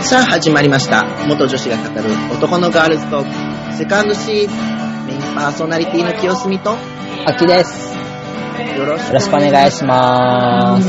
さあ始まりました。元女子が語る男のガールズトークセカンドシーズン、メインパーソナリティの清澄と秋です。 よろしくお願いします。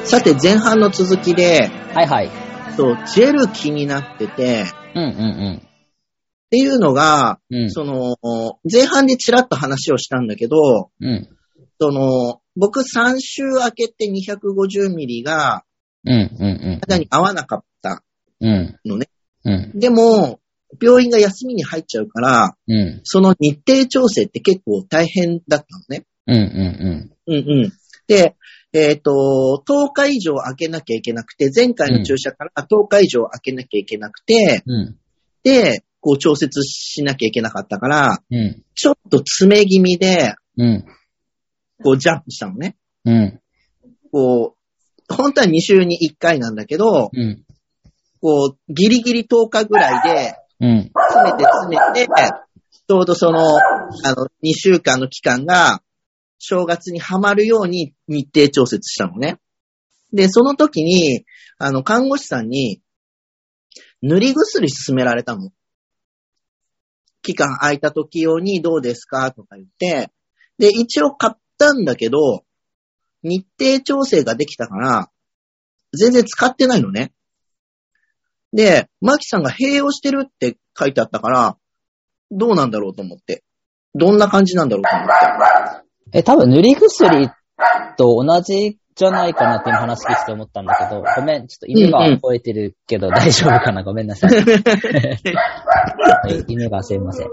さて前半の続きで、 はいはい。 ジェル気になってて、っていうのが、前半でちらっと話をしたんだけど、僕3週明けて250ミリが、肌に合わなかったのね。でも、病院が休みに入っちゃうから、その日程調整って結構大変だったのね。で、10日以上空けなきゃいけなくて、前回の注射から10日以上空けなきゃいけなくて、で、こう調節しなきゃいけなかったから、ちょっと詰め気味で、こうジャンプしたのね。こう、本当は2週に1回なんだけど、こう、ギリギリ10日ぐらいで、詰めて、ちょうどその、2週間の期間が、正月にはまるように日程調節したのね。で、その時に、看護師さんに、塗り薬勧められたの。期間空いた時用にどうですかとか言って、で、一応買ったんだけど、日程調整ができたから、全然使ってないのね。で、マキさんが併用してるって書いてあったから、どうなんだろうと思って。どんな感じなんだろうと思って。 多分塗り薬と同じじゃないかなって今話聞いて思ったんだけど、ごめん、ちょっと犬が吠えてるけど大丈夫かな、ごめんなさい。犬がすいません。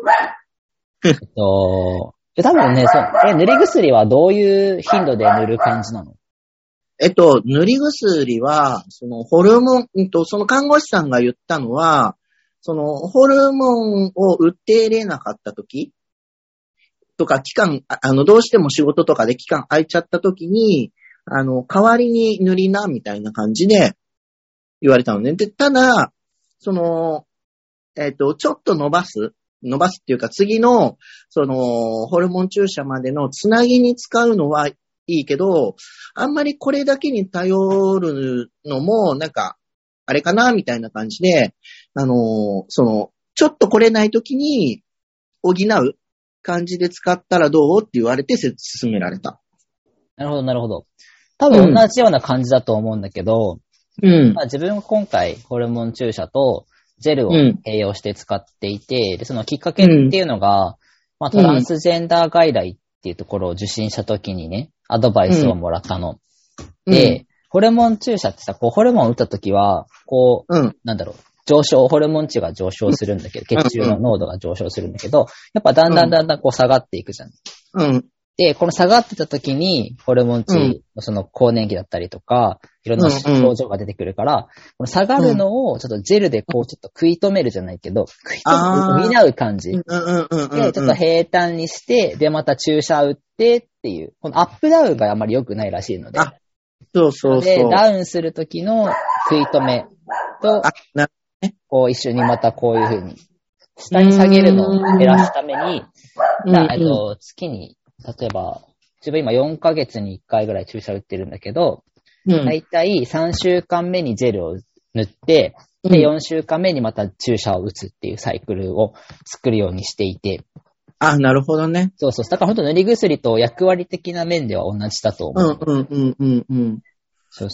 多分ね、塗り薬はどういう頻度で塗る感じなの？ 塗り薬は、そのホルモン、その看護師さんが言ったのは、そのホルモンを打って入れなかった時とか、期間、どうしても仕事とかで期間空いちゃった時に、代わりに塗りな、みたいな感じで言われたのね。で、ただ、その、ちょっと伸ばすっていうか、次の、ホルモン注射までのつなぎに使うのはいいけど、あんまりこれだけに頼るのも、なんか、あれかなみたいな感じで、ちょっと来れない時に補う感じで使ったらどうって言われて勧められた。 なるほど、なるほど。多分同じような感じだと思うんだけど、自分は今回ホルモン注射とジェルを併用して使っていて、で、そのきっかけっていうのが、トランスジェンダー外来っていうところを受診した時にね、アドバイスをもらったの。で、ホルモン注射ってさ、こう、ホルモンを打った時は、こう、ホルモン値が上昇するんだけど、血中の濃度が上昇するんだけど、やっぱだんだんこう下がっていくじゃん。で、この下がってた時に、ホルモン値のその更年期だったりとか、いろんな症状が出てくるから、この下がるのをちょっとジェルでこうちょっと食い止めるじゃないけど、補う感じ。で、ちょっと平坦にして、で、また注射打ってっていう、このアップダウンがあんまり良くないらしいので。で、ダウンする時の食い止めと、こう一緒にまたこういう風に、下に下げるのを減らすために、月に、例えば、自分今4ヶ月に1回ぐらい注射打ってるんだけど、だいたい3週間目にジェルを塗って、で、4週間目にまた注射を打つっていうサイクルを作るようにしていて。 あ、なるほどね。 そう。だから本当塗り薬と役割的な面では同じだと思う。そう。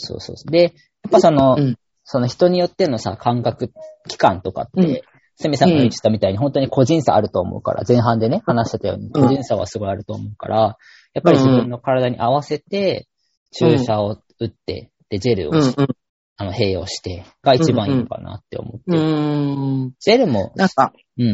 で、やっぱその人によってのさ、感覚、期間とかって、セミさんが言ってたみたいに本当に個人差あると思うから、前半でね、話してたように個人差はすごいあると思うから、やっぱり自分の体に合わせて、注射を打って、で、ジェルを併用してが一番いいのかなって思って。ジェルも、 なんか、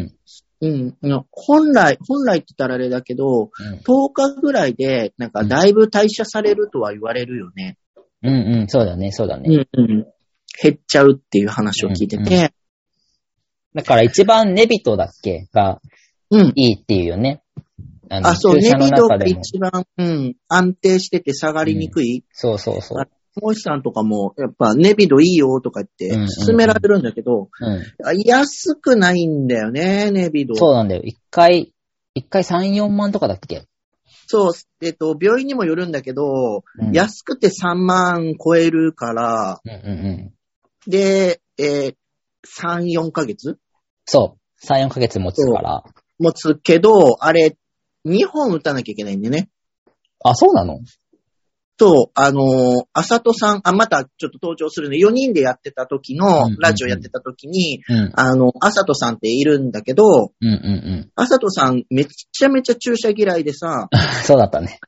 本来って言ったらあれだけど、10日ぐらいで、なんかだいぶ代謝されるとは言われるよね。 そうだね。 減っちゃうっていう話を聞いてて。 だから一番ネビトだっけがいいっていうよね。 そう、ネビトが一番、安定してて下がりにくい。 そう。 モシさんとかも、やっぱネビドいいよとか言って勧められるんだけど、安くないんだよね、ネビド。 そうなんだよ。一回3、4万とかだっけ？ そう、病院にもよるんだけど、安くて3万超えるから、で、 3、4ヶ月？ そう。3、4ヶ月持つから。 持つけど、あれ、2本打たなきゃいけないんでね。 あ、そうなの？ そう、あさとさん、またちょっと登場するね。4人でやってた時の、ラジオやってた時に、あさとさんっているんだけど、あさとさんめちゃめちゃ注射嫌いでさ。 そうだったね。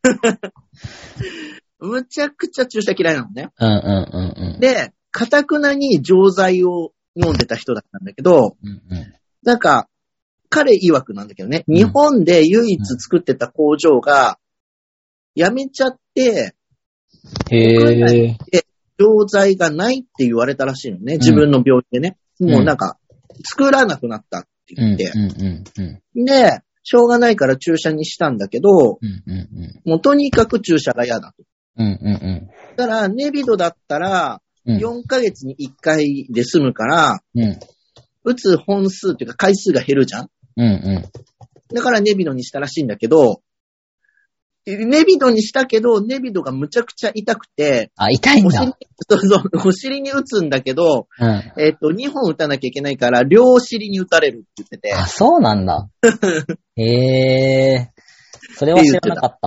むちゃくちゃ注射嫌いなのね。で、かたくなに錠剤を飲んでた人だったんだけど、なんか、彼曰くなんだけどね、日本で唯一作ってた工場が、辞めちゃって、国内で錠剤がないって言われたらしいのね、自分の病院でね。もうなんか、作らなくなったって言って。で、しょうがないから注射にしたんだけど、もうとにかく注射が嫌だと。だから、ネビドだったら、4ヶ月に1回で済むから、打つ本数っていうか回数が減るじゃん。だからネビドにしたらしいんだけど、ネビドにしたけど、ネビドがむちゃくちゃ痛くて、 痛いんだ。 お尻に打つんだけど、2本打たなきゃいけないから、両お尻に打たれるって言ってて。 あ、そうなんだ。それは知らなかった。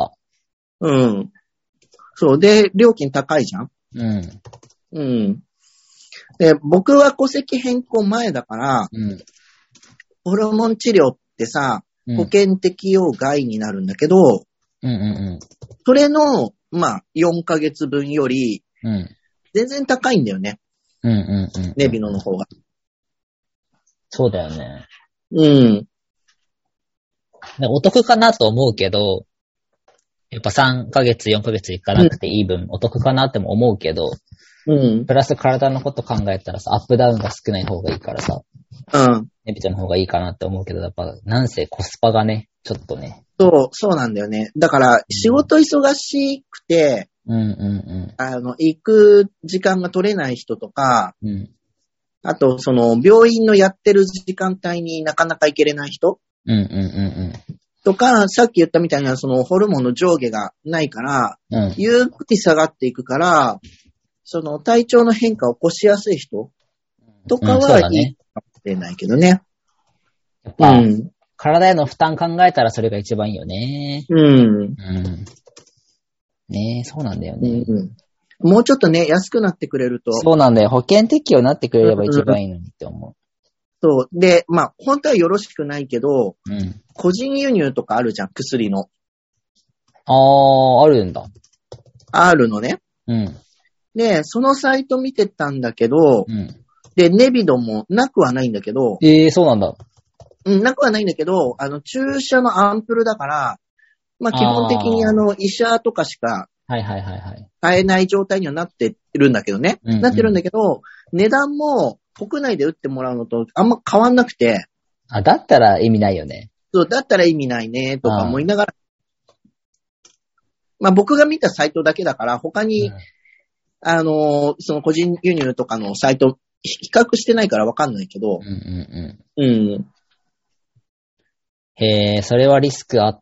そう。で、料金高いじゃん。で、僕は戸籍変更前だから、ホルモン治療ってさ、保険適用外になるんだけど、それの、4ヶ月分より、全然高いんだよね。ネビノの方が。 そうだよね。お得かなと思うけど、やっぱ3ヶ月、4ヶ月行かなくていい分、お得かなっても思うけど、プラス体のこと考えたらさ、アップダウンが少ない方がいいからさ、ネビトの方がいいかなって思うけど、やっぱ、なんせコスパがね、ちょっとね。 そうなんだよね。だから、仕事忙しくて、行く時間が取れない人とか、あと、その、病院のやってる時間帯になかなか行けれない人とか、さっき言ったみたいな、その、ホルモンの上下がないから、ゆっくり下がっていくから、その、体調の変化を起こしやすい人とかはいいかもしれないけどね。 やっぱ、体への負担考えたらそれが一番いいよね。ねえ、そうなんだよね。 もうちょっとね、安くなってくれると。 そうなんだよ。保険適用になってくれれば一番いいのにって思う。 そう。で、本当はよろしくないけど、個人輸入とかあるじゃん、薬の。 あるんだ。 あるのね。で、そのサイト見てたんだけど、で、ネビドもなくはないんだけど。 そうなんだ。 なくはないんだけど、注射のアンプルだから、基本的に医者とかしか、買えない状態にはなってるんだけどね。なってるんだけど、値段も国内で打ってもらうのとあんま変わんなくて。 だったら意味ないよね。 そう、だったら意味ないね、とか思いながら。僕が見たサイトだけだから、他に、その個人輸入とかのサイト、比較してないからわかんないけど。 それはリスクあって、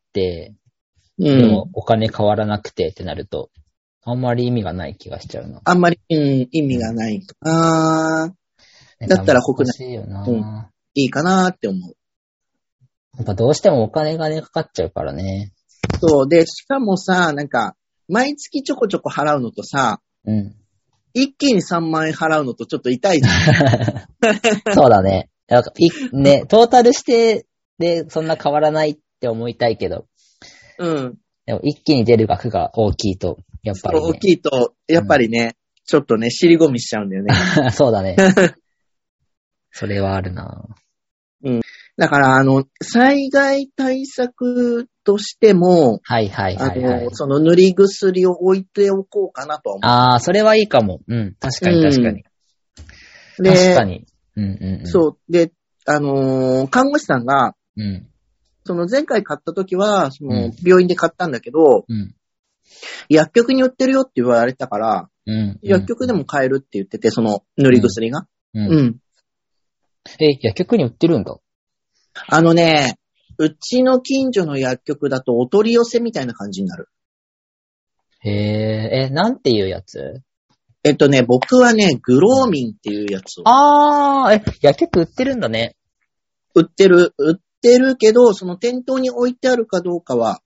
でもお金変わらなくてってなると、あんまり意味がない気がしちゃうな。 あんまり、意味がない。だったら国内、いいかなって思う。 やっぱどうしてもお金がね、かかっちゃうからね。 そう。で、しかもさ、なんか、毎月ちょこちょこ払うのとさ、一気に3万円払うのとちょっと痛いじゃん。 そうだね。トータルして、で、そんな変わらないって思いたいけど。でも一気に出る額が大きいと、やっぱり、ね。 大きいと、やっぱりね、ちょっとね、尻込みしちゃうんだよね。 そうだね。それはあるな。 だから、災害対策としても、その塗り薬を置いておこうかなと思う。 それはいいかも。確かに確かに。 で、 確かに。 そう。で、看護師さんが、その前回買った時は、その病院で買ったんだけど、薬局に売ってるよって言われたから、薬局でも買えるって言ってて、その塗り薬が。 薬局に売ってるんだ。 うちの近所の薬局だとお取り寄せみたいな感じになる。 なんていうやつ？ 僕はね、グローミンっていうやつを。 薬局売ってるんだね。 売ってるけど、その店頭に置いてあるかどうかは、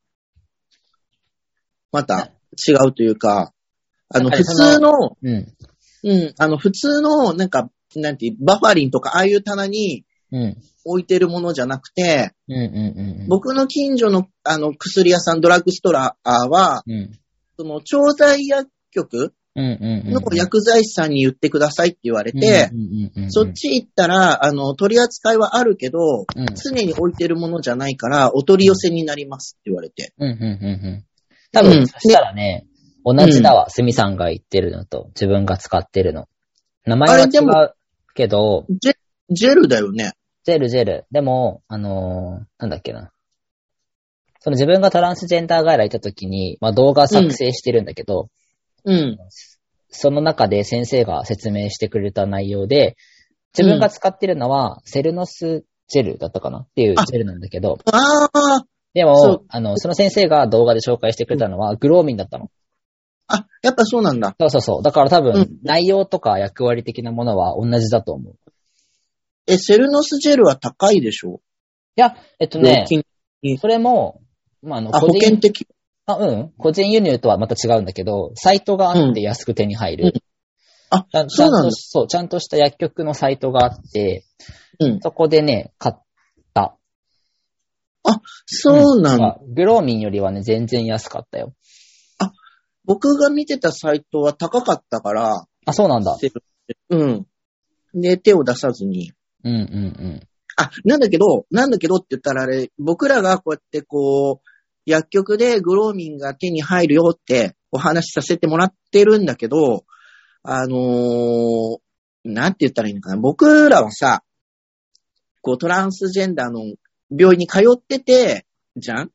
また違うというか、普通の、普通の、なんていう、バファリンとか、ああいう棚に置いてるものじゃなくて、僕の近所の、薬屋さん、ドラッグストアは、その、調剤薬局の薬剤師さんに言ってくださいって言われて、そっち行ったら、取り扱いはあるけど、常に置いてるものじゃないから、お取り寄せになりますって言われて。 多分、そしたらね、同じだわ、スミさんが言ってるのと、自分が使ってるの。名前は違うけど、 ジェルだよね。 ジェル。でも、なんだっけな。その自分がトランスジェンダー外来行った時に、動画作成してるんだけど、その中で先生が説明してくれた内容で、自分が使ってるのは、セルノスジェルだったかなっていうジェルなんだけど、でも、その先生が動画で紹介してくれたのは、グローミンだったの。 やっぱそうなんだ。 そう。だから多分、内容とか役割的なものは同じだと思う。 セルノスジェルは高いでしょ？ いや、それも、 保険的。 個人輸入とはまた違うんだけど、サイトがあって安く手に入る。 そうなんだ。 そう、ちゃんとした薬局のサイトがあって、そこでね、買った。 そうなんだ。 グローミンよりはね、全然安かったよ。 僕が見てたサイトは高かったから。 そうなんだ。 で、手を出さずに。なんだけどって言ったらあれ、僕らがこうやって薬局でグローミンが手に入るよってお話しさせてもらってるんだけど、なんて言ったらいいのかな。僕らはさ、トランスジェンダーの病院に通ってて、じゃん？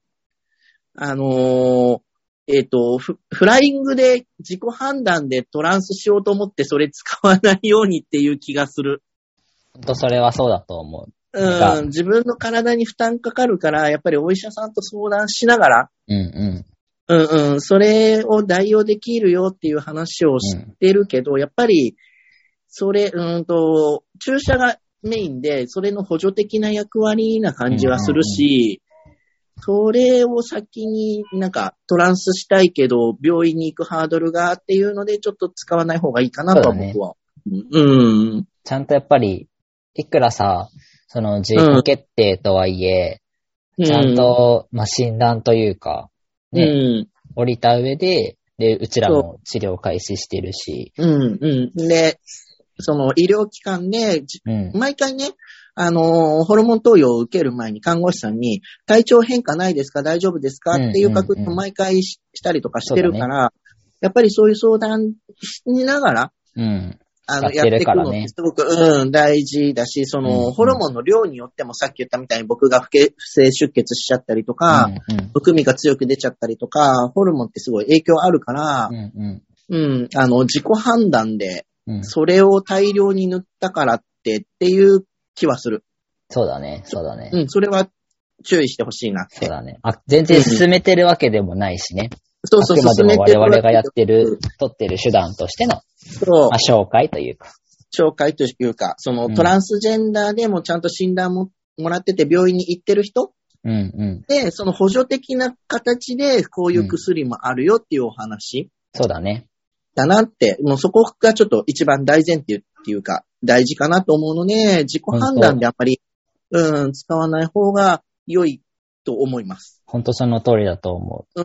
フライングで自己判断でトランスしようと思ってそれ使わないようにっていう気がする。 ほんとそれはそうだと思う。 自分の体に負担かかるから、やっぱりお医者さんと相談しながら、それを代用できるよっていう話をしてるけど、やっぱり、それ、注射がメインで、それの補助的な役割な感じはするし、それを先にトランスしたいけど、病院に行くハードルがっていうので、ちょっと使わない方がいいかなとは僕は。 ちゃんとやっぱり、いくらさ、その自己決定とはいえ、ちゃんと、診断というか、降りた上で、うちらも治療開始してるし。 で、その医療機関で、毎回ね、ホルモン投与を受ける前に看護師さんに、体調変化ないですか？大丈夫ですか？っていう確認を毎回したりとかしてるから、やっぱりそういう相談しながら、やっていくのってすごく、大事だし、その、ホルモンの量によってもさっき言ったみたいに僕が不正出血しちゃったりとか、むくみが強く出ちゃったりとか、ホルモンってすごい影響あるから、自己判断で、それを大量に塗ったからっていう気はする。 そうだね。 それは注意してほしいなって。 そうだね。全然進めてるわけでもないしね。あくまでも我々が取ってる手段としての、紹介というか。 そのトランスジェンダーでもちゃんと診断もらってて病院に行ってる人、で、その補助的な形でこういう薬もあるよっていうお話。 そうだね。 だなって、もうそこがちょっと一番大前提っていうか、大事かなと思うので、自己判断であんまり、使わない方が良いと思います。 本当その通りだと思う。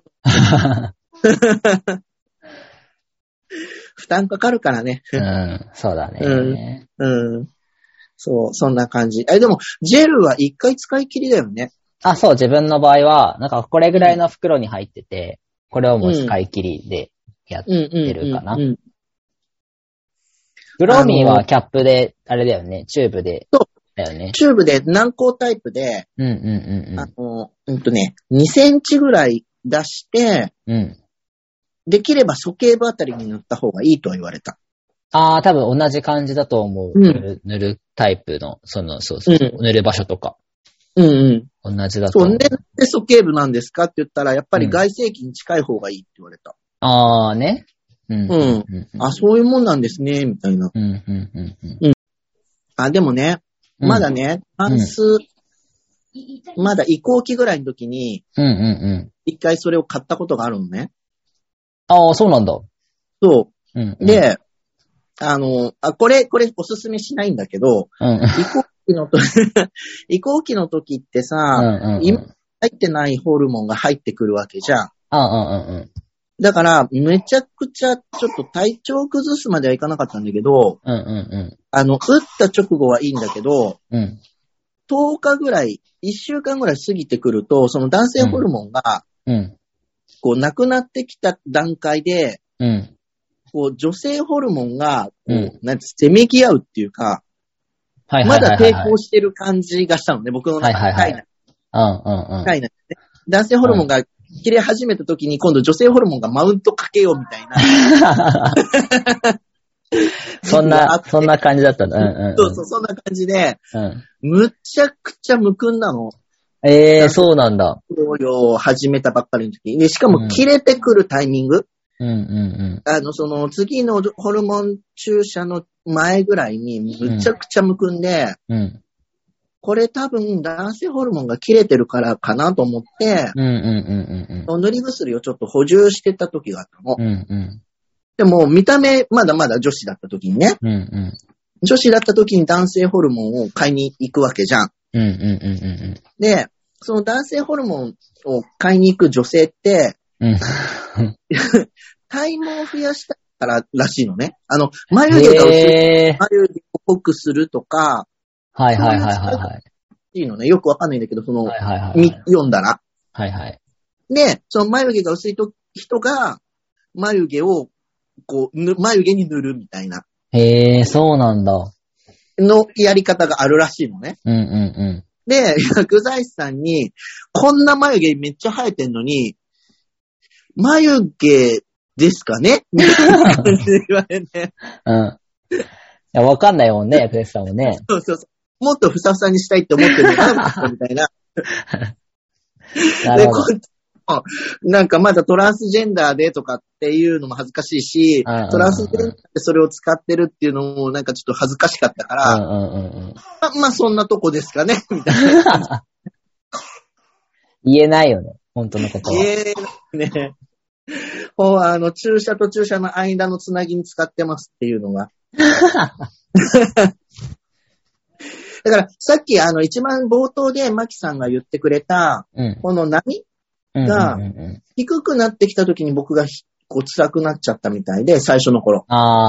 負担かかるからね。 そうだね。 そう、そんな感じ。でも、ジェルは一回使い切りだよね。 そう、自分の場合は、これぐらいの袋に入ってて、これをもう使い切りでやってるかな。グローミーはキャップで、あれだよね、チューブで。だよね。 チューブで軟膏タイプで、2センチぐらい出して、できれば鼠径部あたりに塗った方がいいとは言われた。 多分同じ感じだと思う。塗るタイプの、塗る場所とか。同じだと思う。 で鼠径部なんですかって言ったら、やっぱり外性器に近い方がいいって言われた。 ね。 あ、そういうもんなんですね、みたいな。あ、でもね、まだね、まだ移行期ぐらいの時に、一回それを買ったことがあるのね。 ああ、そうなんだ。 そう。で、これおすすめしないんだけど、移行期の時ってさ、今入ってないホルモンが入ってくるわけじゃん。だから、めちゃくちゃちょっと体調を崩すまではいかなかったんだけど、打った直後はいいんだけど、10日ぐらい、1週間ぐらい過ぎてくると、その男性ホルモンが、こう、なくなってきた段階で、こう、女性ホルモンが、なんて、せめぎ合うっていうか、まだ抵抗してる感じがしたのね、僕の中で。男性ホルモンが切れ始めた時に、今度女性ホルモンがマウントかけようみたいな。 そんな感じだったんだ。 そう、そんな感じで、むちゃくちゃむくんだの。 そうなんだ。 療養を始めたばっかりの時で、しかも切れてくるタイミング。その次のホルモン注射の前ぐらいにむちゃくちゃむくんで、これ多分男性ホルモンが切れてるからかなと思って、塗り薬をちょっと補充してた時があったの。でも見た目まだまだ女子だった時にね、女子だった時に男性ホルモンを買いに行くわけじゃん。で、その男性ホルモンを買いに行く女性って、体毛を増やしたかららしいのね。眉毛が薄い、眉毛を濃くするとか、いいのね。よくわかんないんだけど、読んだら。で、その眉毛が薄い人が、眉毛を、こう、眉毛に塗るみたいな。 そうなんだ。 のやり方があるらしいのね。で、薬剤師さんに、こんな眉毛めっちゃ生えてんのに、眉毛ですかねみたいな感じで言われて。 いや、わかんないもんね、薬剤師さんもね。 そう。もっとふさふさにしたいって思ってるのかなみたいな。で、なんかまだトランスジェンダーでとかっていうのも恥ずかしいし、トランスジェンダーでそれを使ってるっていうのもなんかちょっと恥ずかしかったから、まあそんなとこですかねみたいな。 言えないよね、本当のことは。 言えないね。注射と注射の間のつなぎに使ってますっていうのが。だから、さっき一番冒頭でマキさんが言ってくれた、この波が低くなってきた時に僕がこう辛くなっちゃったみたいで、最初の頃。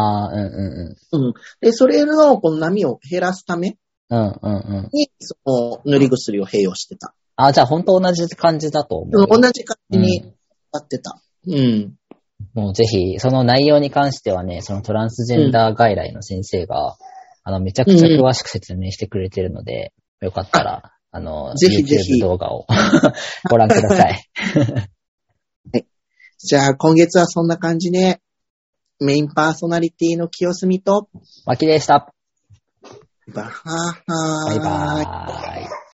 で、それのこの波を減らすために、その塗り薬を併用してた。 じゃあ本当同じ感じだと思う。 同じ感じにやってた。 もうぜひ、その内容に関してはね、そのトランスジェンダー外来の先生が、めちゃくちゃ詳しく説明してくれてるので、よかったら、 ぜひぜひ YouTube 動画をご覧ください。 はい。じゃあ、今月はそんな感じで、メインパーソナリティの清澄と、 マキでした。 バイバーイ。